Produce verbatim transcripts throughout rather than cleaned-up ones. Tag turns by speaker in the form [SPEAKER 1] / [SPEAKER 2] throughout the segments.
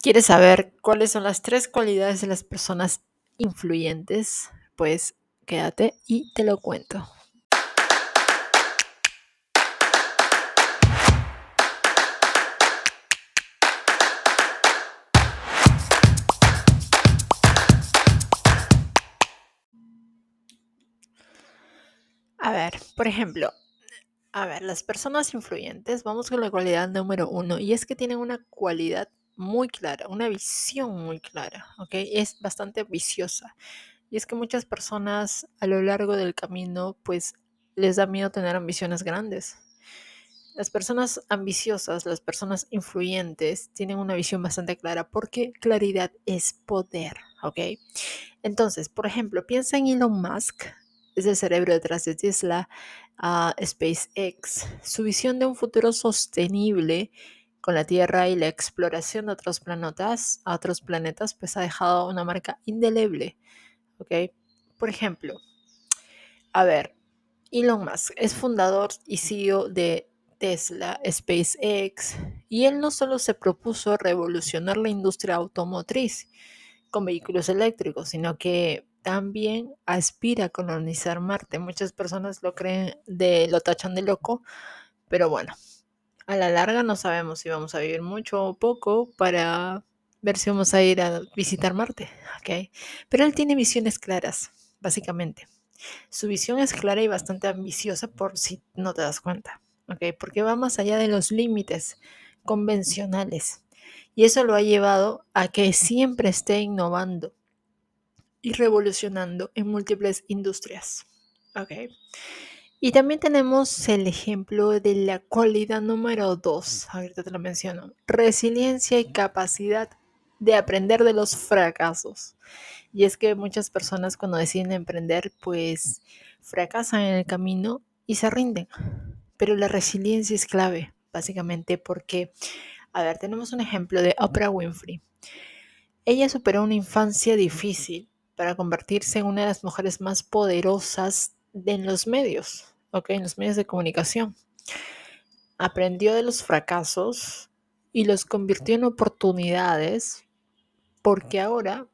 [SPEAKER 1] ¿Quieres saber cuáles son las tres cualidades de las personas influyentes? Pues quédate y te lo cuento. A ver, por ejemplo, a ver, las personas influyentes, vamos con la cualidad número uno, y es que tienen una cualidad muy clara, una visión muy clara, ¿ok? Es bastante ambiciosa. Y es que muchas personas a lo largo del camino, pues les da miedo tener ambiciones grandes. Las personas ambiciosas, las personas influyentes, tienen una visión bastante clara porque claridad es poder, ¿ok? Entonces, por ejemplo, piensa en Elon Musk, es el cerebro detrás de Tesla, uh, SpaceX. Su visión de un futuro sostenible con la Tierra y la exploración de otros planetas, a otros planetas, pues ha dejado una marca indeleble, ¿ok? Por ejemplo, a ver, Elon Musk es fundador y C E O de Tesla, SpaceX, y él no solo se propuso revolucionar la industria automotriz con vehículos eléctricos, sino que también aspira a colonizar Marte. Muchas personas lo creen, de, lo tachan de loco, pero bueno, a la larga no sabemos si vamos a vivir mucho o poco para ver si vamos a ir a visitar Marte, ¿ok? Pero él tiene visiones claras, básicamente. Su visión es clara y bastante ambiciosa por si no te das cuenta, ¿ok? Porque va más allá de los límites convencionales. Y eso lo ha llevado a que siempre esté innovando y revolucionando en múltiples industrias, ¿ok? Y también tenemos el ejemplo de la cualidad número dos, ahorita te lo menciono, resiliencia y capacidad de aprender de los fracasos. Y es que muchas personas cuando deciden emprender, pues fracasan en el camino y se rinden. Pero la resiliencia es clave, básicamente porque, a ver, tenemos un ejemplo de Oprah Winfrey. Ella superó una infancia difícil para convertirse en una de las mujeres más poderosas de- en los medios, ¿ok? En los medios de comunicación. Aprendió de los fracasos y los convirtió en oportunidades porque ahora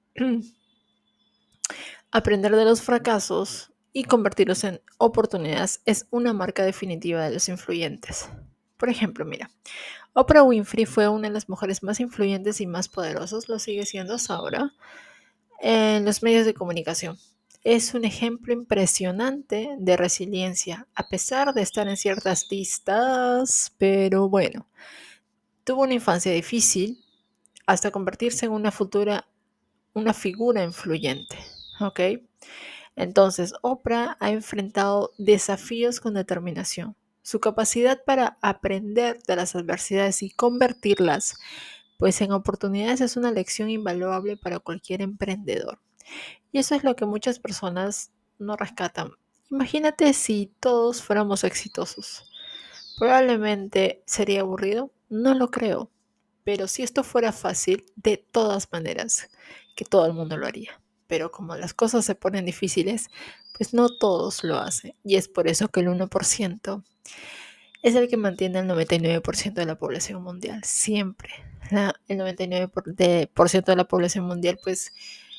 [SPEAKER 1] aprender de los fracasos y convertirlos en oportunidades es una marca definitiva de los influyentes. Por ejemplo, mira, Oprah Winfrey fue una de las mujeres más influyentes y más poderosas, lo sigue siendo hasta ahora, en los medios de comunicación. Es un ejemplo impresionante de resiliencia, a pesar de estar en ciertas listas, pero bueno, tuvo una infancia difícil hasta convertirse en una futura, una figura influyente, ¿ok? Entonces, Oprah ha enfrentado desafíos con determinación. Su capacidad para aprender de las adversidades y convertirlas pues en oportunidades es una lección invaluable para cualquier emprendedor. Y eso es lo que muchas personas no rescatan. Imagínate si todos fuéramos exitosos. Probablemente sería aburrido, no lo creo. Pero si esto fuera fácil, de todas maneras, que todo el mundo lo haría. Pero como las cosas se ponen difíciles, pues no todos lo hacen. Y es por eso que el uno por ciento es el que mantiene el noventa y nueve por ciento de la población mundial. Siempre. La- el noventa y nueve por ciento de, por ciento de la población mundial, pues,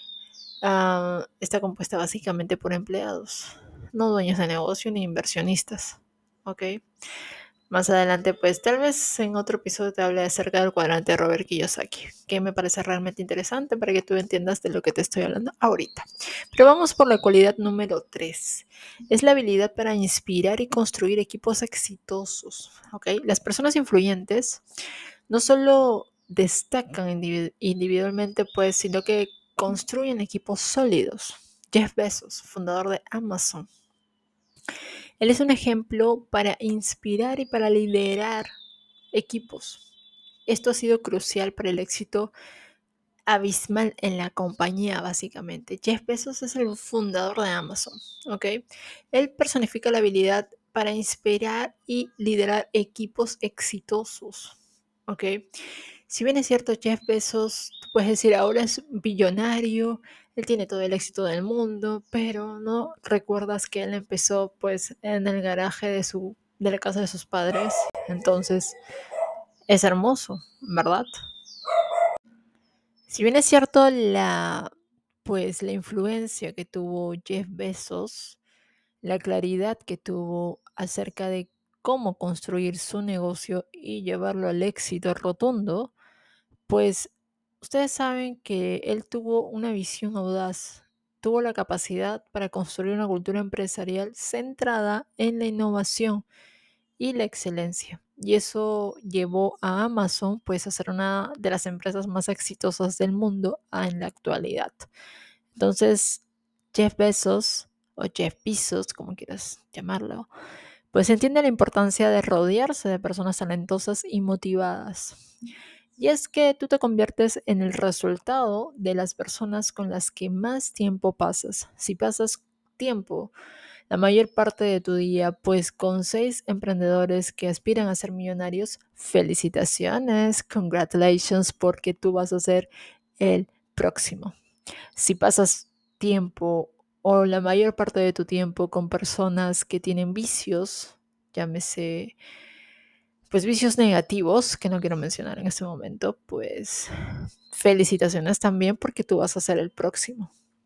[SPEAKER 1] ah, está compuesta básicamente por empleados, no dueños de negocio ni inversionistas. ¿Ok? Más adelante, pues tal vez en otro episodio te hable acerca del cuadrante de Robert Kiyosaki, que me parece realmente interesante para que tú entiendas de lo que te estoy hablando ahorita. Pero vamos por la cualidad número tres. Es la habilidad para inspirar y construir equipos exitosos. ¿Ok? Las personas influyentes no solo destacan individu- individualmente, pues, sino que construyen equipos sólidos. Jeff Bezos, fundador de Amazon, él es un ejemplo para inspirar y para liderar equipos. Esto ha sido crucial para el éxito abismal en la compañía, básicamente. Jeff Bezos es el fundador de Amazon, ¿ok? Él personifica la habilidad para inspirar y liderar equipos exitosos, ¿ok? Si bien es cierto, Jeff Bezos, tú puedes decir, ahora es billonario, él tiene todo el éxito del mundo, pero no recuerdas que él empezó pues en el garaje de su de la casa de sus padres. Entonces, es hermoso, ¿verdad? Si bien es cierto la, pues, la influencia que tuvo Jeff Bezos, la claridad que tuvo acerca de cómo construir su negocio y llevarlo al éxito rotundo, pues ustedes saben que él tuvo una visión audaz, tuvo la capacidad para construir una cultura empresarial centrada en la innovación y la excelencia. Y eso llevó a Amazon pues a ser una de las empresas más exitosas del mundo ah, en la actualidad. Entonces, Jeff Bezos o Jeff Bezos, como quieras llamarlo, pues entiende la importancia de rodearse de personas talentosas y motivadas. Y es que tú te conviertes en el resultado de las personas con las que más tiempo pasas. Si pasas tiempo la mayor parte de tu día, pues con seis emprendedores que aspiran a ser millonarios, felicitaciones, congratulations, porque tú vas a ser el próximo. Si pasas tiempo o la mayor parte de tu tiempo con personas que tienen vicios, llámese pues vicios negativos que no quiero mencionar en este momento, pues felicitaciones también porque tú vas a ser el próximo.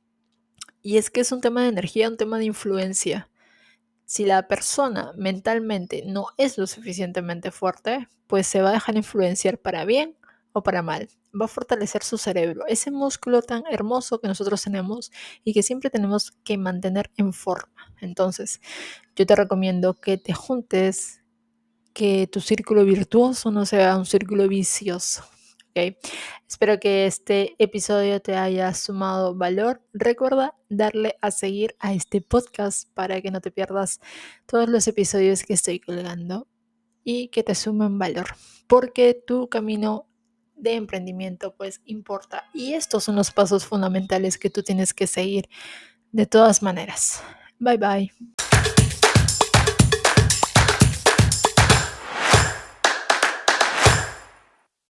[SPEAKER 1] Y es que es un tema de energía, un tema de influencia. Si la persona mentalmente no es lo suficientemente fuerte, pues se va a dejar influenciar para bien o para mal. Va a fortalecer su cerebro, ese músculo tan hermoso que nosotros tenemos y que siempre tenemos que mantener en forma. Entonces, yo te recomiendo que te juntes, que tu círculo virtuoso no sea un círculo vicioso. ¿Okay? Espero que este episodio te haya sumado valor. Recuerda darle a seguir a este podcast para que no te pierdas todos los episodios que estoy colgando y que te sumen valor, porque tu camino de emprendimiento pues importa y estos son los pasos fundamentales que tú tienes que seguir de todas maneras. Bye bye.